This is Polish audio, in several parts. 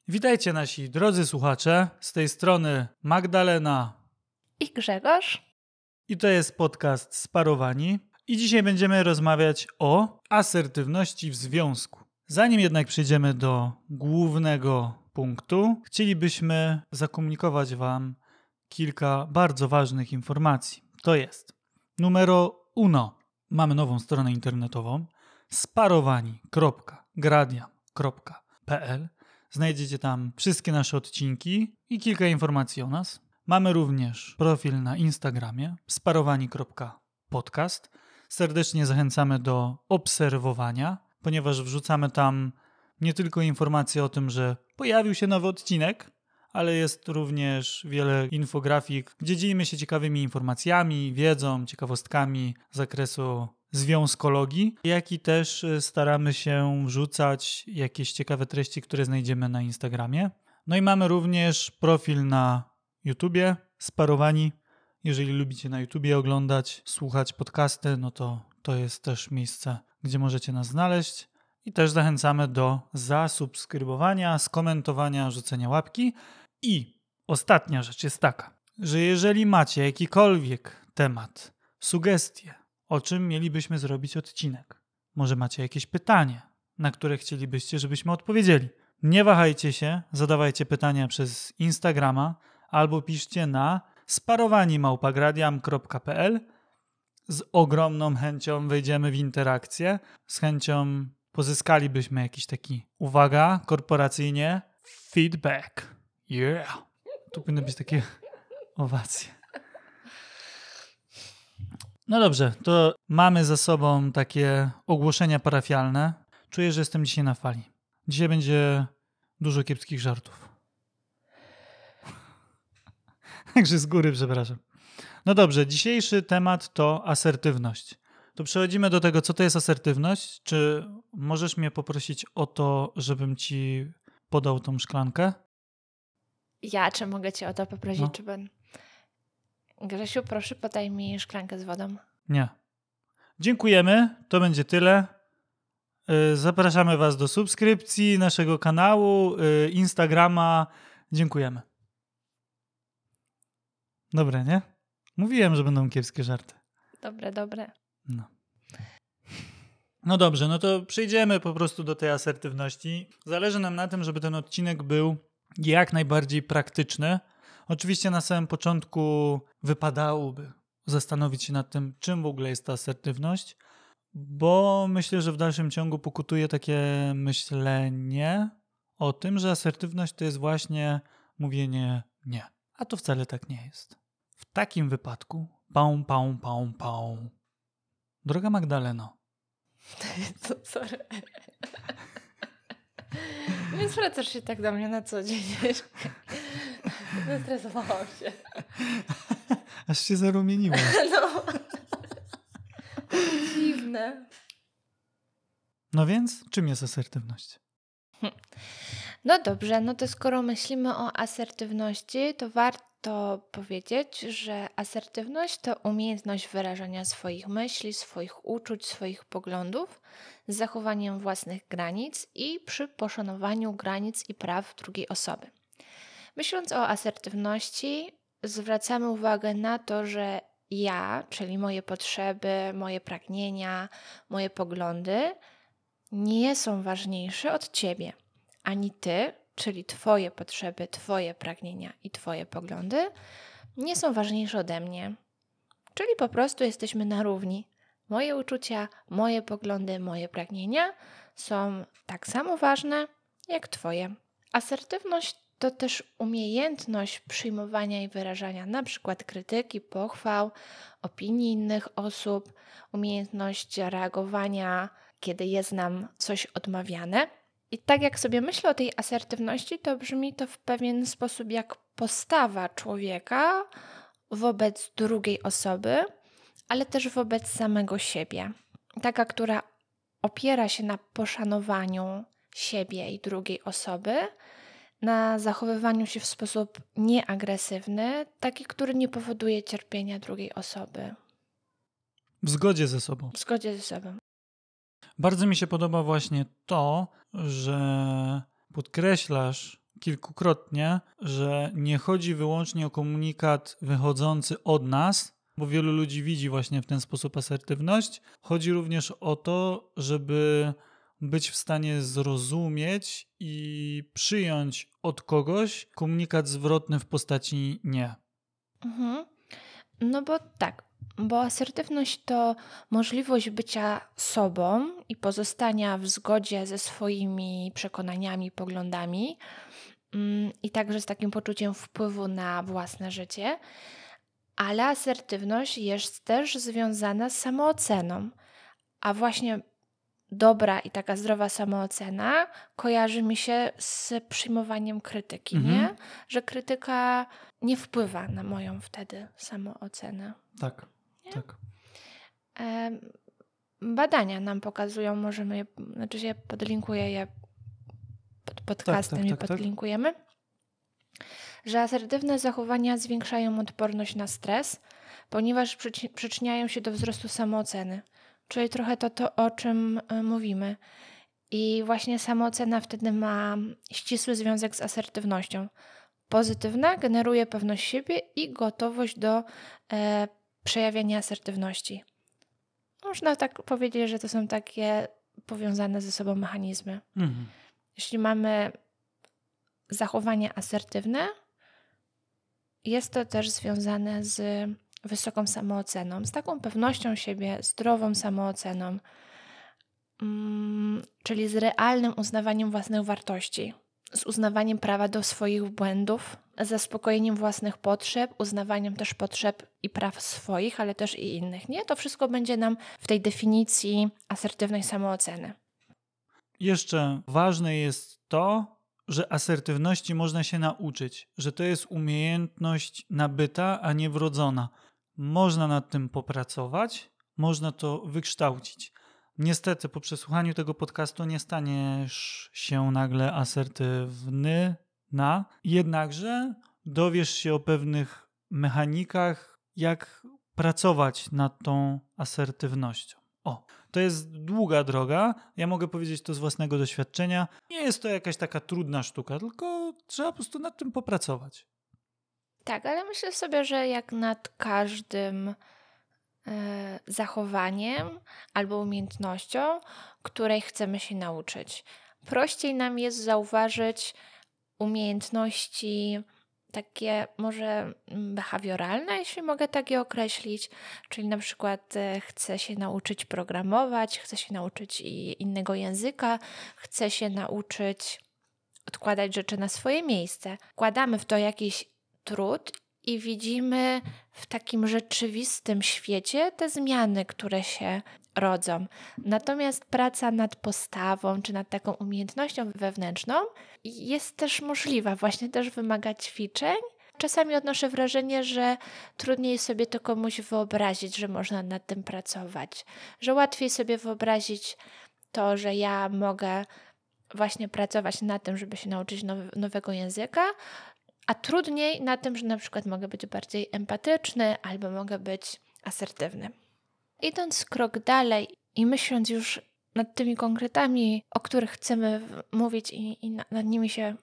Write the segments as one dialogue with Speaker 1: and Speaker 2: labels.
Speaker 1: Witajcie nasi drodzy słuchacze, z tej strony Magdalena
Speaker 2: i Grzegorz.
Speaker 1: I to jest podcast Sparowani. I dzisiaj będziemy rozmawiać o asertywności w związku. Zanim jednak przejdziemy do głównego punktu, chcielibyśmy zakomunikować Wam kilka bardzo ważnych informacji. To jest numero uno. Mamy nową stronę internetową sparowani.gradiam.pl. Znajdziecie tam wszystkie nasze odcinki i kilka informacji o nas. Mamy również profil na Instagramie sparowani.podcast. Serdecznie zachęcamy do obserwowania, ponieważ wrzucamy tam nie tylko informacje o tym, że pojawił się nowy odcinek, ale jest również wiele infografik, gdzie dzielimy się ciekawymi informacjami, wiedzą, ciekawostkami z zakresu związkologii, jak i też staramy się wrzucać jakieś ciekawe treści, które znajdziemy na Instagramie. No i mamy również profil na YouTubie, Sparowani. Jeżeli lubicie na YouTubie oglądać, słuchać podcasty, no to jest też miejsce, gdzie możecie nas znaleźć. I też zachęcamy do zasubskrybowania, skomentowania, rzucenia łapki. I ostatnia rzecz jest taka, że jeżeli macie jakikolwiek temat, sugestie, o czym mielibyśmy zrobić odcinek, może macie jakieś pytanie, na które chcielibyście, żebyśmy odpowiedzieli, nie wahajcie się, zadawajcie pytania przez Instagrama albo piszcie na sparowani@gradiam.pl. Z ogromną chęcią wejdziemy w interakcję, z chęcią pozyskalibyśmy jakiś taki, uwaga, korporacyjnie, feedback. Yeah. Tu powinny być takie owacje. No dobrze, to mamy za sobą takie ogłoszenia parafialne. Czuję, że jestem dzisiaj na fali. Dzisiaj będzie dużo kiepskich żartów. Także z góry przepraszam. No dobrze, dzisiejszy temat to asertywność. To przechodzimy do tego, co to jest asertywność. Czy możesz mnie poprosić o to, żebym ci podał tą szklankę?
Speaker 2: Czy mogę cię o to poprosić?
Speaker 1: No.
Speaker 2: Czy ben... Grzesiu, proszę podaj mi szklankę z wodą.
Speaker 1: Nie. Dziękujemy, to będzie tyle. Zapraszamy Was do subskrypcji naszego kanału, Instagrama. Dziękujemy. Dobre, nie? Mówiłem, że będą kiepskie żarty.
Speaker 2: Dobre.
Speaker 1: No dobrze, no to przejdziemy po prostu do tej asertywności. Zależy nam na tym, żeby ten odcinek był jak najbardziej praktyczny. Oczywiście na samym początku wypadałoby zastanowić się nad tym, czym w ogóle jest ta asertywność, bo myślę, że w dalszym ciągu pokutuje takie myślenie o tym, że asertywność to jest właśnie mówienie nie. A to wcale tak nie jest. W takim wypadku, droga Magdaleno.
Speaker 2: Sorry. Nie zwracasz się tak do mnie na co dzień. Zestresowałam się.
Speaker 1: Aż się zarumieniło.
Speaker 2: No. Dziwne.
Speaker 1: No więc, czym jest asertywność?
Speaker 2: No dobrze, no to skoro myślimy o asertywności, to warto powiedzieć, że asertywność to umiejętność wyrażania swoich myśli, swoich uczuć, swoich poglądów z zachowaniem własnych granic i przy poszanowaniu granic i praw drugiej osoby. Myśląc o asertywności, zwracamy uwagę na to, że ja, czyli moje potrzeby, moje pragnienia, moje poglądy nie są ważniejsze od ciebie. Ani ty, czyli twoje potrzeby, twoje pragnienia i twoje poglądy nie są ważniejsze ode mnie. Czyli po prostu jesteśmy na równi. Moje uczucia, moje poglądy, moje pragnienia są tak samo ważne jak twoje. Asertywność to też umiejętność przyjmowania i wyrażania na przykład krytyki, pochwał, opinii innych osób, umiejętność reagowania, kiedy jest nam coś odmawiane. I tak jak sobie myślę o tej asertywności, to brzmi to w pewien sposób jak postawa człowieka wobec drugiej osoby, ale też wobec samego siebie. Taka, która opiera się na poszanowaniu siebie i drugiej osoby, na zachowywaniu się w sposób nieagresywny, taki, który nie powoduje cierpienia drugiej osoby.
Speaker 1: W zgodzie ze sobą.
Speaker 2: W zgodzie ze sobą.
Speaker 1: Bardzo mi się podoba właśnie to, że podkreślasz kilkukrotnie, że nie chodzi wyłącznie o komunikat wychodzący od nas, bo wielu ludzi widzi właśnie w ten sposób asertywność. Chodzi również o to, żeby być w stanie zrozumieć i przyjąć od kogoś komunikat zwrotny w postaci nie.
Speaker 2: Mhm. No bo asertywność to możliwość bycia sobą i pozostania w zgodzie ze swoimi przekonaniami, poglądami i także z takim poczuciem wpływu na własne życie, ale asertywność jest też związana z samooceną, a właśnie dobra i taka zdrowa samoocena kojarzy mi się z przyjmowaniem krytyki, nie? Że krytyka nie wpływa na moją wtedy samoocenę.
Speaker 1: Tak, tak.
Speaker 2: Badania nam pokazują, możemy je, ja podlinkuję je pod podcastem i podlinkujemy, że asertywne zachowania zwiększają odporność na stres, ponieważ przyczyniają się do wzrostu samooceny. Czyli trochę to, o czym mówimy. I właśnie samoocena wtedy ma ścisły związek z asertywnością. Pozytywna generuje pewność siebie i gotowość do przejawiania asertywności. Można tak powiedzieć, że to są takie powiązane ze sobą mechanizmy. Jeśli mamy zachowanie asertywne, jest to też związane z wysoką samooceną, z taką pewnością siebie, zdrową samooceną, czyli z realnym uznawaniem własnych wartości, z uznawaniem prawa do swoich błędów, z zaspokojeniem własnych potrzeb, uznawaniem też potrzeb i praw swoich, ale też i innych. Nie? To wszystko będzie nam w tej definicji asertywnej samooceny.
Speaker 1: Jeszcze ważne jest to, że asertywności można się nauczyć, że to jest umiejętność nabyta, a nie wrodzona. Można nad tym popracować, można to wykształcić. Niestety po przesłuchaniu tego podcastu nie staniesz się nagle asertywny, jednakże dowiesz się o pewnych mechanikach, jak pracować nad tą asertywnością. To jest długa droga, ja mogę powiedzieć to z własnego doświadczenia. Nie jest to jakaś taka trudna sztuka, tylko trzeba po prostu nad tym popracować.
Speaker 2: Tak, ale myślę sobie, że jak nad każdym zachowaniem albo umiejętnością, której chcemy się nauczyć. Prościej nam jest zauważyć umiejętności takie może behawioralne, jeśli mogę tak je określić, czyli na przykład chcę się nauczyć programować, chcę się nauczyć innego języka, chcę się nauczyć odkładać rzeczy na swoje miejsce. Wkładamy w to jakiś trud i widzimy w takim rzeczywistym świecie te zmiany, które się rodzą. Natomiast praca nad postawą czy nad taką umiejętnością wewnętrzną jest też możliwa, właśnie też wymaga ćwiczeń. Czasami odnoszę wrażenie, że trudniej sobie to komuś wyobrazić, że można nad tym pracować, że łatwiej sobie wyobrazić to, że ja mogę właśnie pracować nad tym, żeby się nauczyć nowego języka, a trudniej na tym, że na przykład mogę być bardziej empatyczny albo mogę być asertywny. Idąc krok dalej i myśląc już nad tymi konkretami, o których chcemy mówić i nad nimi się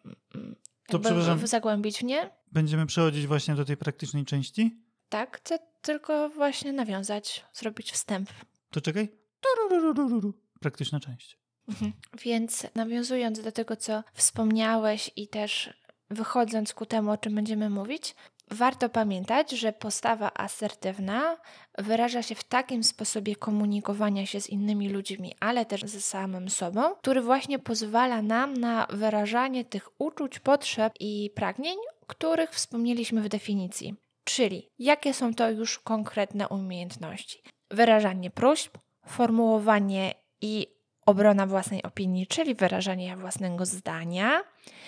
Speaker 2: zagłębić w nie.
Speaker 1: Będziemy przechodzić właśnie do tej praktycznej części?
Speaker 2: Tak, chcę tylko właśnie nawiązać, zrobić wstęp.
Speaker 1: To czekaj. Praktyczna część.
Speaker 2: Więc nawiązując do tego, co wspomniałeś i też wychodząc ku temu, o czym będziemy mówić, warto pamiętać, że postawa asertywna wyraża się w takim sposobie komunikowania się z innymi ludźmi, ale też ze samym sobą, który właśnie pozwala nam na wyrażanie tych uczuć, potrzeb i pragnień, których wspomnieliśmy w definicji. Czyli jakie są to już konkretne umiejętności? Wyrażanie próśb, formułowanie i obrona własnej opinii, czyli wyrażanie własnego zdania,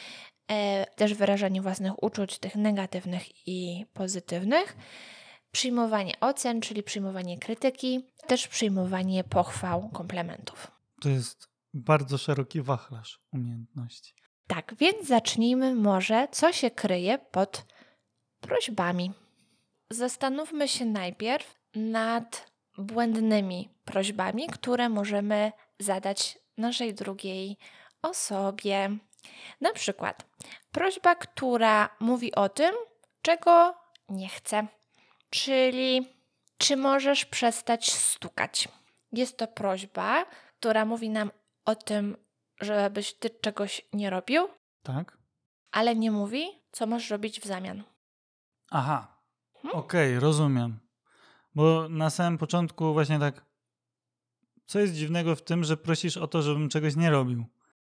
Speaker 2: też wyrażanie własnych uczuć, tych negatywnych i pozytywnych, przyjmowanie ocen, czyli przyjmowanie krytyki, też przyjmowanie pochwał, komplementów.
Speaker 1: To jest bardzo szeroki wachlarz umiejętności.
Speaker 2: Tak, więc zacznijmy może, co się kryje pod prośbami. Zastanówmy się najpierw nad błędnymi prośbami, które możemy zadać naszej drugiej osobie. Na przykład prośba, która mówi o tym, czego nie chcę. Czyli czy możesz przestać stukać? Jest to prośba, która mówi nam o tym, żebyś ty czegoś nie robił,
Speaker 1: Tak.
Speaker 2: ale nie mówi, co możesz robić w zamian.
Speaker 1: Aha. Okej, rozumiem. Bo na samym początku właśnie tak, co jest dziwnego w tym, że prosisz o to, żebym czegoś nie robił?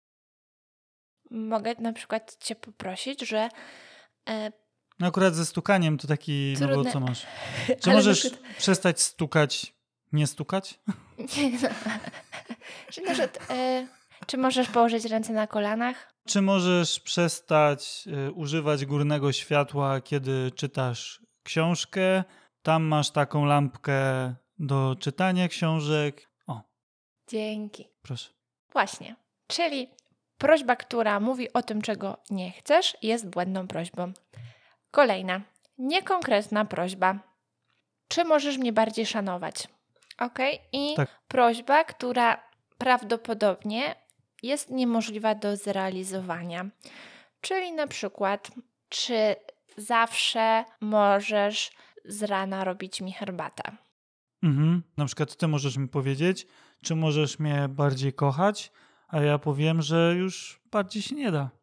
Speaker 2: Mogę na przykład cię poprosić, że
Speaker 1: No akurat ze stukaniem to taki, no bo
Speaker 2: trudne...
Speaker 1: co masz? Czy
Speaker 2: Ale
Speaker 1: możesz
Speaker 2: na przykład...
Speaker 1: przestać stukać, nie stukać?
Speaker 2: Nie, no. Że na przykład, czy możesz położyć ręce na kolanach?
Speaker 1: Czy możesz przestać używać górnego światła, kiedy czytasz książkę? Tam masz taką lampkę do czytania książek. O,
Speaker 2: Dzięki.
Speaker 1: proszę.
Speaker 2: Właśnie. Czyli prośba, która mówi o tym, czego nie chcesz, jest błędną prośbą. Kolejna. Niekonkretna prośba. Czy możesz mnie bardziej szanować? Ok? I
Speaker 1: Tak.
Speaker 2: prośba, która prawdopodobnie jest niemożliwa do zrealizowania. Czyli na przykład, czy zawsze możesz z rana robić mi herbatę?
Speaker 1: Na przykład ty możesz mi powiedzieć, czy możesz mnie bardziej kochać, a ja powiem, że już bardziej się nie da.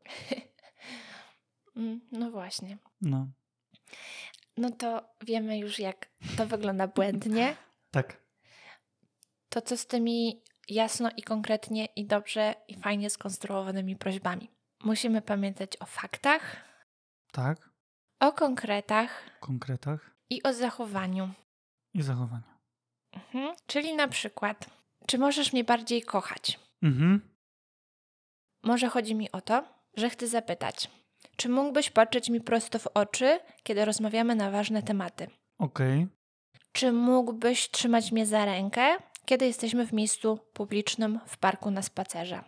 Speaker 2: No właśnie.
Speaker 1: No.
Speaker 2: No to wiemy już, jak to wygląda błędnie.
Speaker 1: Tak.
Speaker 2: To co z tymi jasno i konkretnie i dobrze i fajnie skonstruowanymi prośbami? Musimy pamiętać o faktach,
Speaker 1: Tak.
Speaker 2: o konkretach
Speaker 1: Konkretach
Speaker 2: i o zachowaniu.
Speaker 1: i zachowania.
Speaker 2: Czyli na przykład, czy możesz mnie bardziej kochać? Może chodzi mi o to, że chcę zapytać, czy mógłbyś patrzeć mi prosto w oczy, kiedy rozmawiamy na ważne tematy?
Speaker 1: Okej.
Speaker 2: Czy mógłbyś trzymać mnie za rękę, kiedy jesteśmy w miejscu publicznym, w parku na spacerze?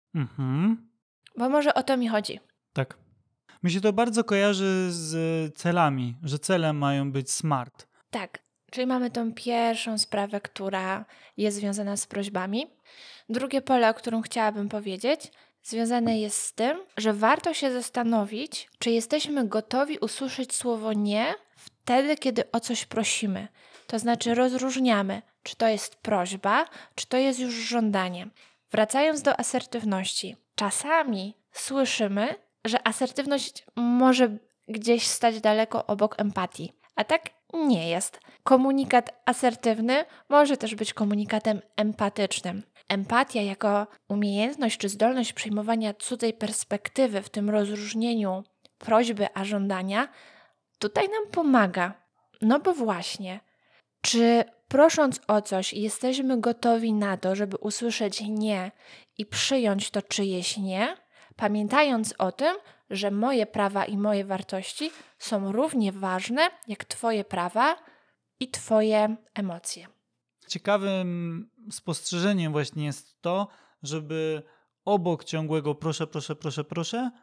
Speaker 2: Bo może o to mi chodzi.
Speaker 1: Tak. Mi się to bardzo kojarzy z celami, że cele mają być smart.
Speaker 2: Tak, czyli mamy tą pierwszą sprawę, która jest związana z prośbami. Drugie pole, o którym chciałabym powiedzieć, związane jest z tym, że warto się zastanowić, czy jesteśmy gotowi usłyszeć słowo nie wtedy, kiedy o coś prosimy. To znaczy rozróżniamy, czy to jest prośba, czy to jest już żądanie. Wracając do asertywności. Czasami słyszymy, że asertywność może gdzieś stać daleko obok empatii, a tak nie jest. Komunikat asertywny może też być komunikatem empatycznym. Empatia jako umiejętność czy zdolność przyjmowania cudzej perspektywy w tym rozróżnieniu prośby a żądania tutaj nam pomaga. No bo właśnie, czy prosząc o coś jesteśmy gotowi na to, żeby usłyszeć nie i przyjąć to czyjeś nie, pamiętając o tym, że moje prawa i moje wartości są równie ważne jak Twoje prawa i Twoje emocje.
Speaker 1: Ciekawym spostrzeżeniem właśnie jest to, żeby obok ciągłego proszę, proszę, proszę, proszę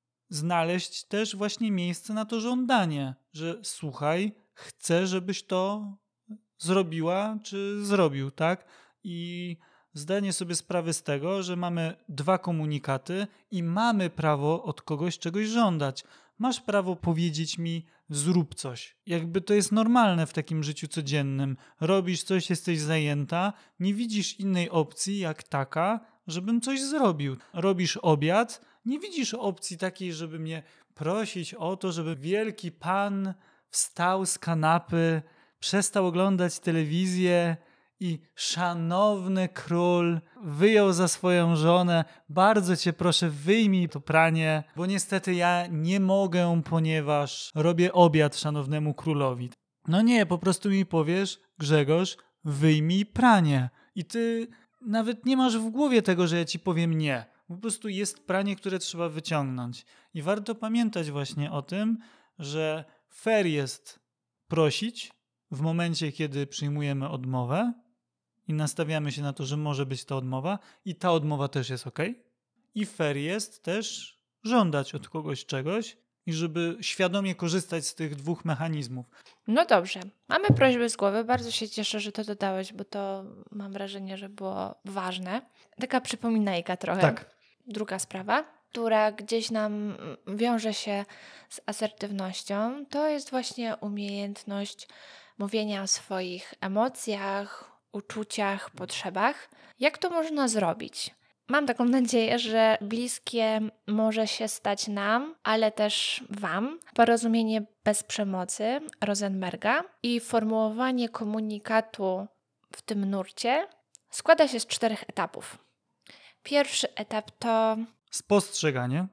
Speaker 1: znaleźć też właśnie miejsce na to żądanie, że słuchaj, chcę, żebyś to zrobiła czy zrobił, tak? I zdanie sobie sprawy z tego, że mamy dwa komunikaty i mamy prawo od kogoś czegoś żądać. Masz prawo powiedzieć mi, zrób coś. Jakby to jest normalne w takim życiu codziennym. Robisz coś, jesteś zajęta, nie widzisz innej opcji jak taka, żebym coś zrobił. Robisz obiad, nie widzisz opcji takiej, żeby mnie prosić o to, żeby wielki pan wstał z kanapy, przestał oglądać telewizję i szanowny król wyjął za swoją żonę: bardzo cię proszę, wyjmij to pranie, bo niestety ja nie mogę, ponieważ robię obiad szanownemu królowi. No nie, po prostu mi powiesz: Grzegorz, wyjmij pranie. I ty nawet nie masz w głowie tego, że ja ci powiem nie. Po prostu jest pranie, które trzeba wyciągnąć. I warto pamiętać właśnie o tym, że fair jest prosić w momencie, kiedy przyjmujemy odmowę i nastawiamy się na to, że może być ta odmowa i ta odmowa też jest ok. I fair jest też żądać od kogoś czegoś i żeby świadomie korzystać z tych dwóch mechanizmów.
Speaker 2: No dobrze, mamy prośby z głowy. Bardzo się cieszę, że to dodałeś, bo to mam wrażenie, że było ważne. Taka przypominajka trochę.
Speaker 1: Tak.
Speaker 2: Druga sprawa. która gdzieś nam wiąże się z asertywnością, to jest właśnie umiejętność mówienia o swoich emocjach, uczuciach, potrzebach. Jak to można zrobić? Mam taką nadzieję, że bliskie może się stać nam, ale też Wam, porozumienie bez przemocy Rosenberga i formułowanie komunikatu w tym nurcie składa się z 4 etapów. Pierwszy etap to
Speaker 1: Spostrzeganie.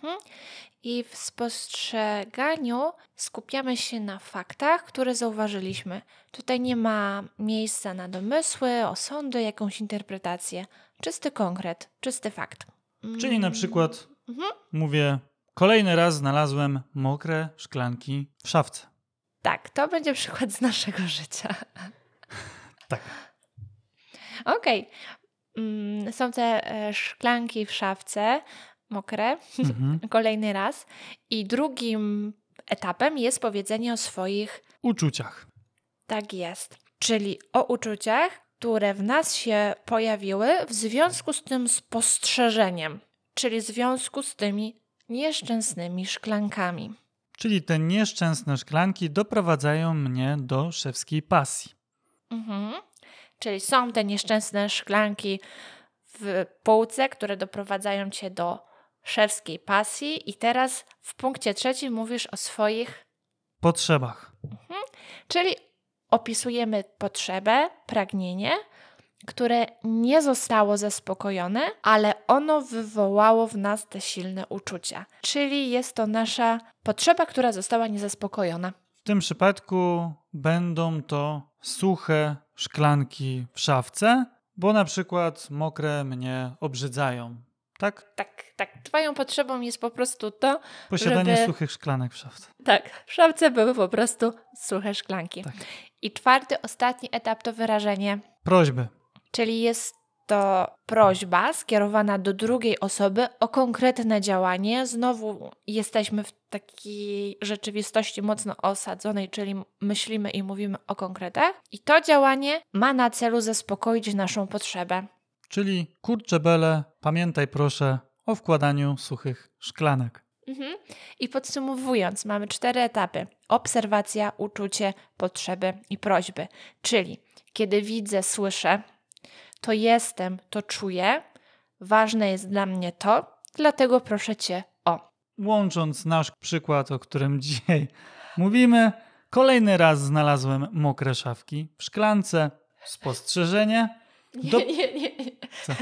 Speaker 2: i w spostrzeganiu skupiamy się na faktach, które zauważyliśmy. Tutaj nie ma miejsca na domysły, osądy, jakąś interpretację. Czysty konkret, czysty fakt.
Speaker 1: Czyli na przykład mówię, kolejny raz znalazłem mokre szklanki w szafce.
Speaker 2: Tak, to będzie przykład z naszego życia.
Speaker 1: Tak.
Speaker 2: Okej. Są te szklanki w szafce, mokre, kolejny raz. I drugim etapem jest powiedzenie o swoich
Speaker 1: Uczuciach.
Speaker 2: tak jest. Czyli o uczuciach, które w nas się pojawiły w związku z tym spostrzeżeniem, czyli w związku z tymi nieszczęsnymi szklankami.
Speaker 1: Czyli te nieszczęsne szklanki doprowadzają mnie do szewskiej pasji.
Speaker 2: Czyli są te nieszczęsne szklanki w półce, które doprowadzają cię do szewskiej pasji i teraz w punkcie 3 mówisz o swoich,
Speaker 1: Potrzebach.
Speaker 2: czyli opisujemy potrzebę, pragnienie, które nie zostało zaspokojone, ale ono wywołało w nas te silne uczucia. Czyli jest to nasza potrzeba, która została niezaspokojona.
Speaker 1: W tym przypadku będą to suche szklanki w szafce, bo na przykład mokre mnie obrzydzają. Tak?
Speaker 2: Tak. Twoją potrzebą jest po prostu to,
Speaker 1: Posiadanie
Speaker 2: żeby
Speaker 1: suchych szklanek w szafce.
Speaker 2: tak, w szafce były po prostu suche szklanki.
Speaker 1: Tak.
Speaker 2: I 4, ostatni etap to wyrażenie,
Speaker 1: Prośby.
Speaker 2: czyli jest to prośba skierowana do drugiej osoby o konkretne działanie. Znowu jesteśmy w takiej rzeczywistości mocno osadzonej, czyli myślimy i mówimy o konkretach. I to działanie ma na celu zaspokoić naszą potrzebę.
Speaker 1: Czyli kurczę bele, pamiętaj proszę o wkładaniu suchych szklanek.
Speaker 2: I podsumowując, mamy 4 etapy. Obserwacja, uczucie, potrzeby i prośby. Czyli kiedy widzę, słyszę, to jestem, to czuję, ważne jest dla mnie to, dlatego proszę Cię o.
Speaker 1: Łącząc nasz przykład, o którym dzisiaj mówimy, kolejny raz znalazłem mokre szafki w szklance, spostrzeżenie.
Speaker 2: Nie.
Speaker 1: Co?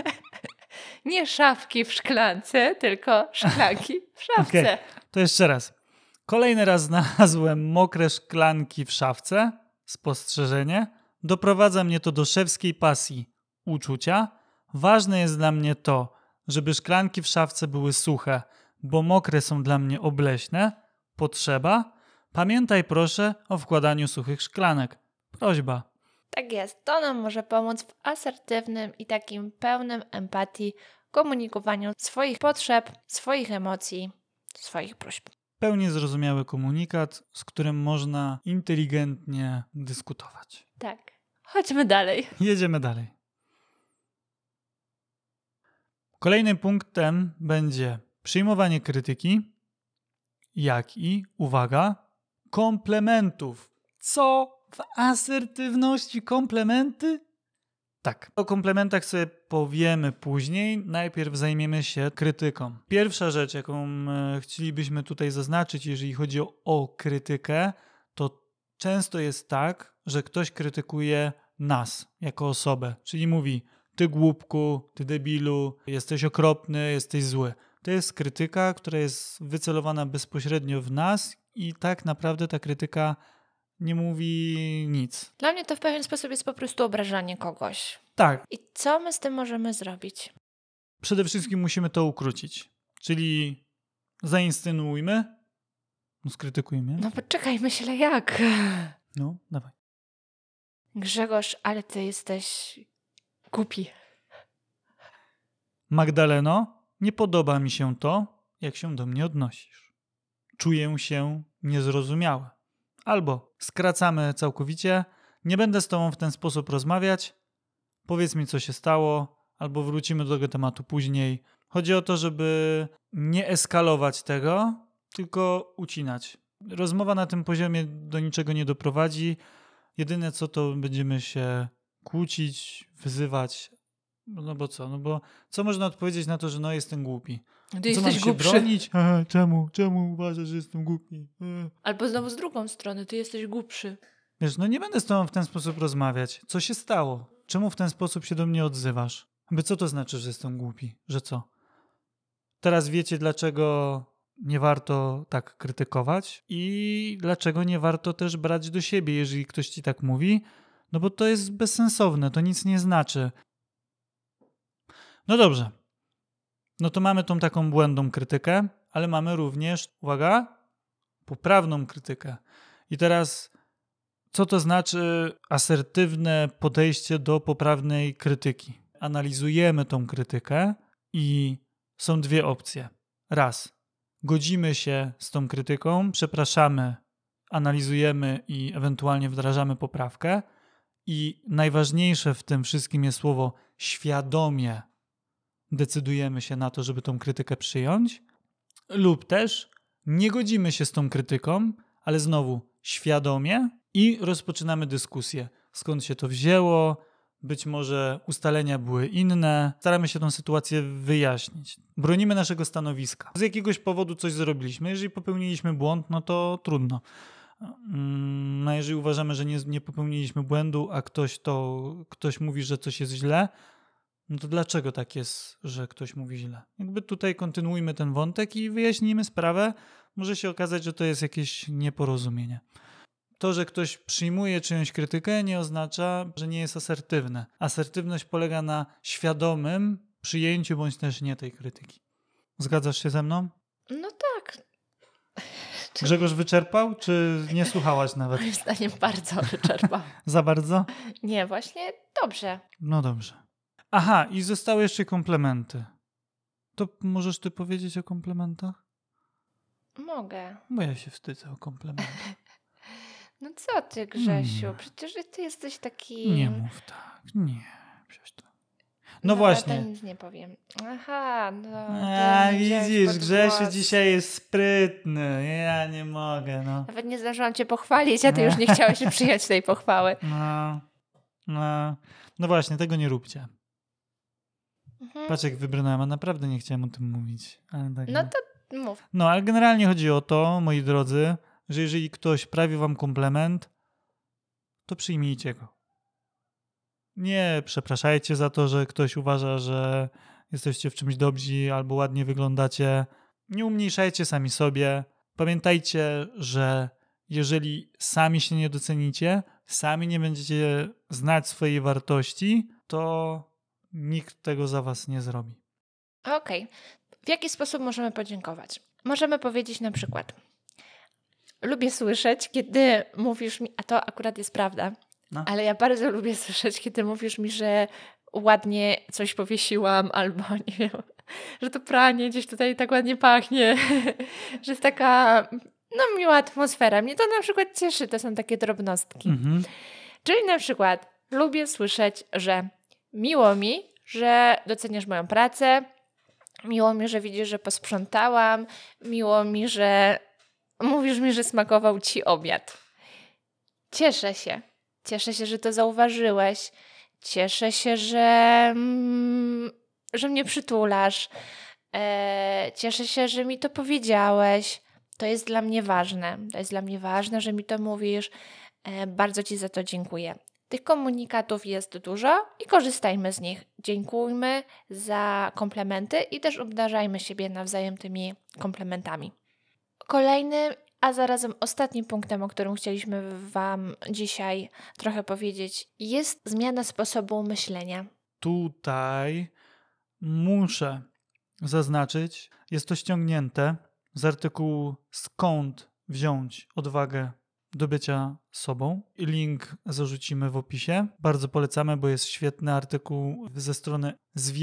Speaker 2: Nie szafki w szklance, tylko szklanki w szafce.
Speaker 1: Okej, to jeszcze raz. Kolejny raz znalazłem mokre szklanki w szafce, spostrzeżenie. Doprowadza mnie to do szewskiej pasji, uczucia. Ważne jest dla mnie to, żeby szklanki w szafce były suche, bo mokre są dla mnie obleśne. Potrzeba. Pamiętaj proszę o wkładaniu suchych szklanek. Prośba.
Speaker 2: Tak jest, to nam może pomóc w asertywnym i takim pełnym empatii komunikowaniu swoich potrzeb, swoich emocji, swoich próśb.
Speaker 1: Pełnie zrozumiały komunikat, z którym można inteligentnie dyskutować.
Speaker 2: Tak. Chodźmy dalej.
Speaker 1: Jedziemy dalej. Kolejnym punktem będzie przyjmowanie krytyki, jak i, uwaga, komplementów. Co w asertywności komplementy? Tak, o komplementach sobie powiemy później. Najpierw zajmiemy się krytyką. Pierwsza rzecz, jaką chcielibyśmy tutaj zaznaczyć, jeżeli chodzi o krytykę, to często jest tak, że ktoś krytykuje nas jako osobę. Czyli mówi, ty głupku, ty debilu, jesteś okropny, jesteś zły. To jest krytyka, która jest wycelowana bezpośrednio w nas i tak naprawdę ta krytyka nie mówi nic.
Speaker 2: Dla mnie to w pewien sposób jest po prostu obrażanie kogoś.
Speaker 1: Tak.
Speaker 2: I co my z tym możemy zrobić?
Speaker 1: Przede wszystkim musimy to ukrócić. Czyli zainsynuujmy, skrytykujmy.
Speaker 2: No poczekaj, myślę jak.
Speaker 1: No, dawaj.
Speaker 2: Grzegorz, ale ty jesteś głupi.
Speaker 1: Magdaleno, nie podoba mi się to, jak się do mnie odnosisz. Czuję się niezrozumiały. Albo skracamy całkowicie, nie będę z tobą w ten sposób rozmawiać, powiedz mi, co się stało, albo wrócimy do tego tematu później, Chodzi o to, żeby nie eskalować tego, tylko ucinać. Rozmowa na tym poziomie do niczego nie doprowadzi. Jedyne co, to będziemy się kłócić, wyzywać. No bo co? No bo co można odpowiedzieć na to, że no jestem głupi?
Speaker 2: Ty
Speaker 1: Co mam
Speaker 2: jesteś
Speaker 1: się
Speaker 2: głupszy.
Speaker 1: bronić? Czemu uważasz, że jestem głupi?
Speaker 2: Albo znowu z drugą strony, ty jesteś głupszy.
Speaker 1: Wiesz, no nie będę z tobą w ten sposób rozmawiać. Co się stało? Czemu w ten sposób się do mnie odzywasz? Co to znaczy, że jestem głupi? Że co? Teraz wiecie, dlaczego nie warto tak krytykować i dlaczego nie warto też brać do siebie, jeżeli ktoś ci tak mówi, no bo to jest bezsensowne, to nic nie znaczy. No dobrze, no to mamy tą taką błędną krytykę, ale mamy również, uwaga, poprawną krytykę. I teraz, co to znaczy asertywne podejście do poprawnej krytyki? Analizujemy tą krytykę i są dwie opcje. Raz, godzimy się z tą krytyką, przepraszamy, analizujemy i ewentualnie wdrażamy poprawkę. I najważniejsze w tym wszystkim jest słowo świadomie decydujemy się na to, żeby tą krytykę przyjąć, lub też nie godzimy się z tą krytyką, ale znowu świadomie i rozpoczynamy dyskusję. Skąd się to wzięło? Być może ustalenia były inne. Staramy się tę sytuację wyjaśnić. Bronimy naszego stanowiska. Z jakiegoś powodu coś zrobiliśmy. Jeżeli popełniliśmy błąd, no to trudno. No jeżeli uważamy, że nie popełniliśmy błędu, a ktoś mówi, że coś jest źle, no to dlaczego tak jest, że ktoś mówi źle? Jakby tutaj kontynuujmy ten wątek i wyjaśnijmy sprawę. Może się okazać, że to jest jakieś nieporozumienie. To, że ktoś przyjmuje czyjąś krytykę, nie oznacza, że nie jest asertywne. Asertywność polega na świadomym przyjęciu bądź też nie tej krytyki. Zgadzasz się ze mną?
Speaker 2: No tak.
Speaker 1: Grzegorz wyczerpał, czy nie słuchałaś nawet?
Speaker 2: Moim zdaniem bardzo wyczerpał.
Speaker 1: Za bardzo?
Speaker 2: Nie, właśnie dobrze.
Speaker 1: No dobrze. Aha, i zostały jeszcze komplementy. To możesz ty powiedzieć o komplementach?
Speaker 2: Mogę.
Speaker 1: Bo ja się wstydzę o komplementach.
Speaker 2: No co ty, Grzesiu? Przecież ty jesteś taki...
Speaker 1: Nie mów tak. Nie. Przecież to... No
Speaker 2: To
Speaker 1: właśnie.
Speaker 2: nic nie powiem. Aha, no...
Speaker 1: A,
Speaker 2: ty mnie wziąłeś
Speaker 1: widzisz,
Speaker 2: pod
Speaker 1: Grzesiu
Speaker 2: włos.
Speaker 1: dzisiaj jest sprytny. Ja nie mogę, no.
Speaker 2: Nawet nie zdążyłam cię pochwalić, a ty już nie chciałeś przyjąć tej pochwały.
Speaker 1: No właśnie, tego nie róbcie.
Speaker 2: Mhm.
Speaker 1: Patrz jak wybrnąłem, a naprawdę nie chciałem o tym mówić. Ale tak,
Speaker 2: No to mów.
Speaker 1: No, ale generalnie chodzi o to, moi drodzy, że jeżeli ktoś prawi wam komplement, to przyjmijcie go. Nie przepraszajcie za to, że ktoś uważa, że jesteście w czymś dobrzy albo ładnie wyglądacie. Nie umniejszajcie sami sobie. Pamiętajcie, że jeżeli sami się nie docenicie, sami nie będziecie znać swojej wartości, to nikt tego za was nie zrobi.
Speaker 2: Okej. W jaki sposób możemy podziękować? Możemy powiedzieć na przykład: lubię słyszeć, kiedy mówisz mi, a to akurat jest prawda,
Speaker 1: No.
Speaker 2: ale ja bardzo lubię słyszeć, kiedy mówisz mi, że ładnie coś powiesiłam, albo nie wiem, że to pranie gdzieś tutaj tak ładnie pachnie, że jest taka miła atmosfera. Mnie to na przykład cieszy, to są takie drobnostki.
Speaker 1: Mhm.
Speaker 2: Czyli na przykład lubię słyszeć, że miło mi, że doceniasz moją pracę, miło mi, że widzisz, że posprzątałam, miło mi, że mówisz mi, że smakował ci obiad. Cieszę się. Cieszę się, że to zauważyłeś. Cieszę się, że mnie przytulasz. Cieszę się, że mi to powiedziałeś. To jest dla mnie ważne. To jest dla mnie ważne, że mi to mówisz. Bardzo ci za to dziękuję. Tych komunikatów jest dużo i korzystajmy z nich. Dziękujmy za komplementy i też obdarzajmy siebie nawzajem tymi komplementami. Kolejnym, a zarazem ostatnim punktem, o którym chcieliśmy Wam dzisiaj trochę powiedzieć, jest zmiana sposobu myślenia.
Speaker 1: Tutaj muszę zaznaczyć, jest to ściągnięte z artykułu Skąd wziąć odwagę do bycia sobą. Link zarzucimy w opisie. Bardzo polecamy, bo jest świetny artykuł ze strony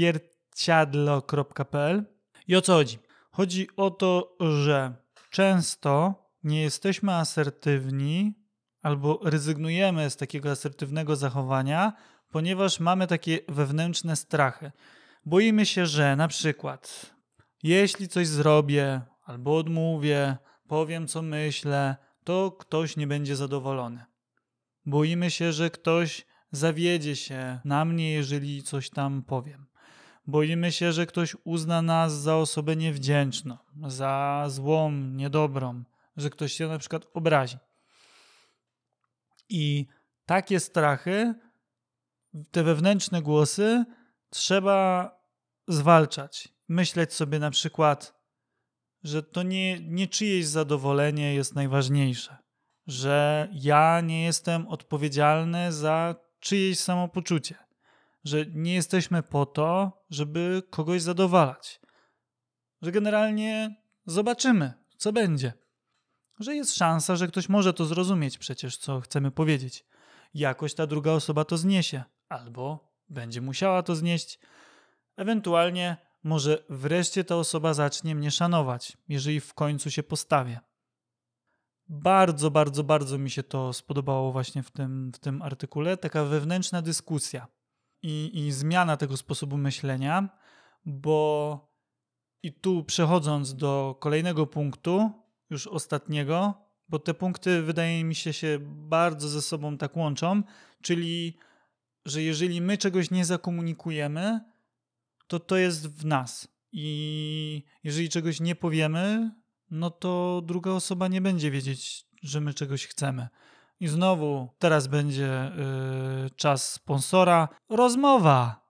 Speaker 1: zwierciadlo.pl. I o co chodzi? Chodzi o to, że często nie jesteśmy asertywni albo rezygnujemy z takiego asertywnego zachowania, ponieważ mamy takie wewnętrzne strachy. Boimy się, że na przykład jeśli coś zrobię albo odmówię, powiem co myślę, to ktoś nie będzie zadowolony. Boimy się, że ktoś zawiedzie się na mnie, jeżeli coś tam powiem. Boimy się, że ktoś uzna nas za osobę niewdzięczną, za złą, niedobrą, że ktoś się na przykład obrazi. I takie strachy, te wewnętrzne głosy trzeba zwalczać. Myśleć sobie na przykład, że to nie czyjeś zadowolenie jest najważniejsze, że ja nie jestem odpowiedzialny za czyjeś samopoczucie, że nie jesteśmy po to, żeby kogoś zadowalać, że generalnie zobaczymy, co będzie, że jest szansa, że ktoś może to zrozumieć przecież, co chcemy powiedzieć. Jakoś ta druga osoba to zniesie, albo będzie musiała to znieść, ewentualnie może wreszcie ta osoba zacznie mnie szanować, jeżeli w końcu się postawię. Bardzo, bardzo, bardzo mi się to spodobało właśnie w tym artykule. Taka wewnętrzna dyskusja i zmiana tego sposobu myślenia, bo i tu przechodząc do kolejnego punktu, już ostatniego, bo te punkty wydaje mi się bardzo ze sobą tak łączą, czyli że jeżeli my czegoś nie zakomunikujemy, to jest w nas. I jeżeli czegoś nie powiemy, no to druga osoba nie będzie wiedzieć, że my czegoś chcemy. I znowu teraz będzie czas sponsora. Rozmowa.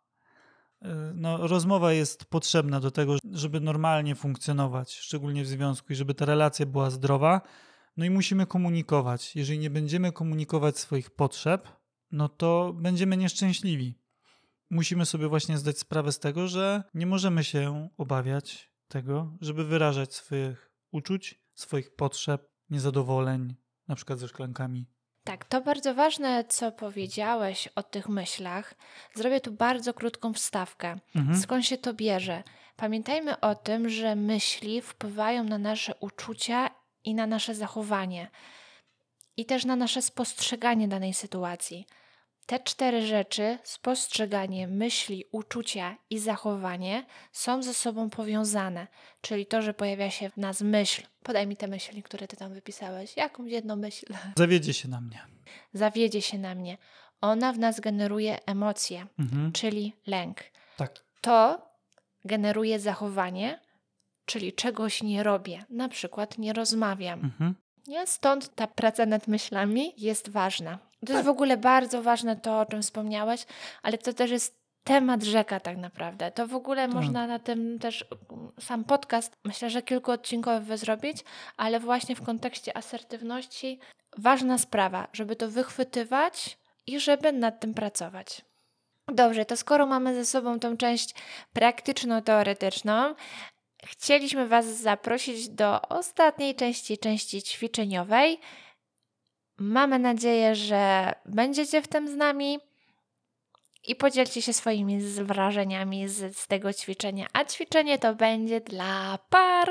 Speaker 1: Rozmowa jest potrzebna do tego, żeby normalnie funkcjonować, szczególnie w związku i żeby ta relacja była zdrowa. No i musimy komunikować. Jeżeli nie będziemy komunikować swoich potrzeb, no to będziemy nieszczęśliwi. Musimy sobie właśnie zdać sprawę z tego, że nie możemy się obawiać tego, żeby wyrażać swoich uczuć, swoich potrzeb, niezadowoleń, na przykład ze szklankami.
Speaker 2: Tak, to bardzo ważne, co powiedziałeś o tych myślach. Zrobię tu bardzo krótką wstawkę. Skąd się to bierze? Pamiętajmy o tym, że myśli wpływają na nasze uczucia i na nasze zachowanie. I też na nasze spostrzeganie danej sytuacji. Te 4 rzeczy, spostrzeganie, myśli, uczucia i zachowanie, są ze sobą powiązane. Czyli to, że pojawia się w nas myśl. Podaj mi te myśli, które ty tam wypisałeś. Jakąś jedną myśl.
Speaker 1: Zawiedzie się na mnie.
Speaker 2: Zawiedzie się na mnie. Ona w nas generuje emocje, czyli lęk.
Speaker 1: Tak.
Speaker 2: To generuje zachowanie, czyli czegoś nie robię. Na przykład nie rozmawiam. Nie? Stąd ta praca nad myślami jest ważna. To jest w ogóle bardzo ważne to, o czym wspomniałeś, ale to też jest temat rzeka tak naprawdę. To w ogóle można na tym też sam podcast, myślę, że kilkuodcinkowy zrobić, ale właśnie w kontekście asertywności ważna sprawa, żeby to wychwytywać i żeby nad tym pracować. Dobrze, to skoro mamy ze sobą tą część praktyczno-teoretyczną, chcieliśmy Was zaprosić do ostatniej części ćwiczeniowej. Mamy nadzieję, że będziecie w tym z nami i podzielcie się swoimi wrażeniami z tego ćwiczenia. A ćwiczenie to będzie dla par.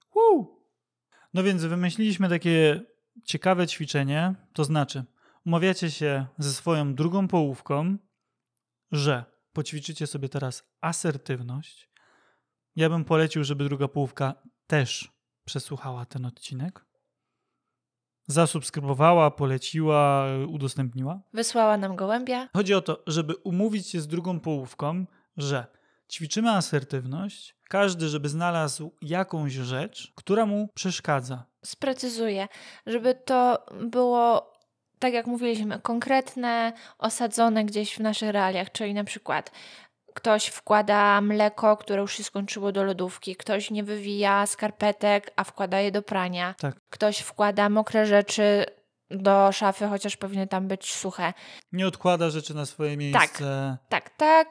Speaker 1: No więc wymyśliliśmy takie ciekawe ćwiczenie, to znaczy umawiacie się ze swoją drugą połówką, że poćwiczycie sobie teraz asertywność. Ja bym polecił, żeby druga połówka też przesłuchała ten odcinek. Zasubskrybowała, poleciła, udostępniła.
Speaker 2: Wysłała nam gołębia.
Speaker 1: Chodzi o to, żeby umówić się z drugą połówką, że ćwiczymy asertywność, każdy, żeby znalazł jakąś rzecz, która mu przeszkadza.
Speaker 2: Sprecyzuję, żeby to było, tak jak mówiliśmy, konkretne, osadzone gdzieś w naszych realiach, czyli na przykład ktoś wkłada mleko, które już się skończyło do lodówki, ktoś nie wywija skarpetek, a wkłada je do prania,
Speaker 1: Tak.
Speaker 2: Ktoś wkłada mokre rzeczy do szafy, chociaż powinny tam być suche.
Speaker 1: Nie odkłada rzeczy na swoje miejsce.
Speaker 2: Tak.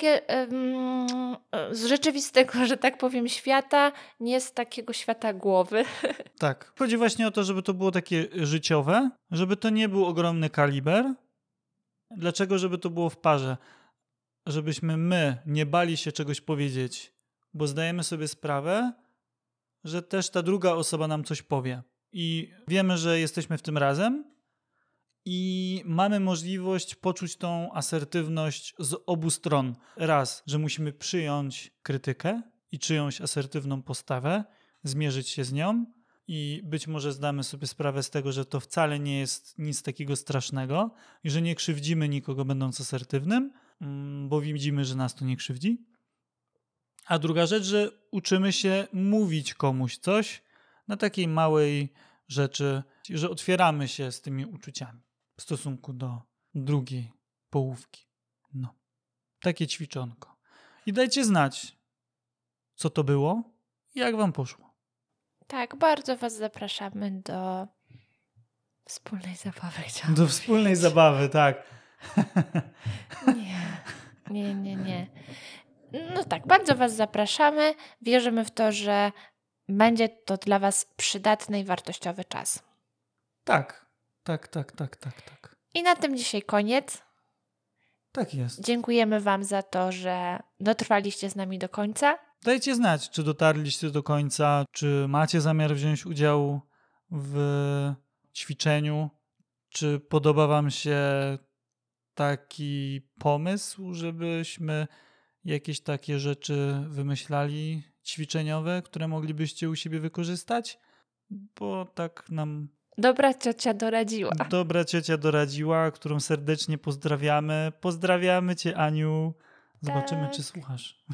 Speaker 2: Z rzeczywistego, że tak powiem, świata, nie z takiego świata głowy.
Speaker 1: Tak. Chodzi właśnie o to, żeby to było takie życiowe, żeby to nie był ogromny kaliber. Dlaczego? Żeby to było w parze. Żebyśmy my nie bali się czegoś powiedzieć, bo zdajemy sobie sprawę, że też ta druga osoba nam coś powie. I wiemy, że jesteśmy w tym razem i mamy możliwość poczuć tą asertywność z obu stron. Raz, że musimy przyjąć krytykę i czyjąś asertywną postawę, zmierzyć się z nią i być może zdamy sobie sprawę z tego, że to wcale nie jest nic takiego strasznego i że nie krzywdzimy nikogo będąc asertywnym, bo widzimy, że nas to nie krzywdzi. A druga rzecz, że uczymy się mówić komuś coś na takiej małej rzeczy, że otwieramy się z tymi uczuciami w stosunku do drugiej połówki. No, takie ćwiczonko. I dajcie znać, co to było i jak wam poszło.
Speaker 2: Tak, bardzo Was zapraszamy do wspólnej zabawy. Chciałam
Speaker 1: Do wspólnej zabawy, tak.
Speaker 2: Nie. No tak, bardzo Was zapraszamy. Wierzymy w to, że będzie to dla Was przydatny i wartościowy czas.
Speaker 1: Tak.
Speaker 2: I na tym dzisiaj koniec.
Speaker 1: Tak jest.
Speaker 2: Dziękujemy Wam za to, że dotrwaliście z nami do końca.
Speaker 1: Dajcie znać, czy dotarliście do końca, czy macie zamiar wziąć udział w ćwiczeniu, czy podoba wam się taki pomysł, żebyśmy jakieś takie rzeczy wymyślali ćwiczeniowe, które moglibyście u siebie wykorzystać, bo tak nam
Speaker 2: Dobra ciocia doradziła.
Speaker 1: dobra ciocia doradziła, którą serdecznie pozdrawiamy. Pozdrawiamy cię, Aniu. Zobaczymy,
Speaker 2: Tak.
Speaker 1: czy słuchasz.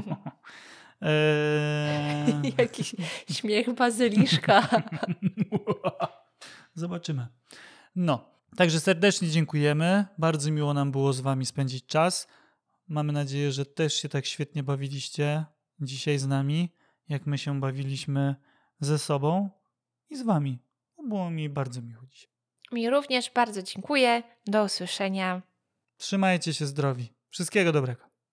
Speaker 2: Jakiś śmiech bazyliszka.
Speaker 1: Zobaczymy. No, także serdecznie dziękujemy. Bardzo miło nam było z wami spędzić czas. Mamy nadzieję, że też się tak świetnie bawiliście dzisiaj z nami, jak my się bawiliśmy ze sobą i z wami. Było mi bardzo miło dzisiaj.
Speaker 2: Mi również bardzo dziękuję. Do usłyszenia.
Speaker 1: Trzymajcie się zdrowi. Wszystkiego dobrego.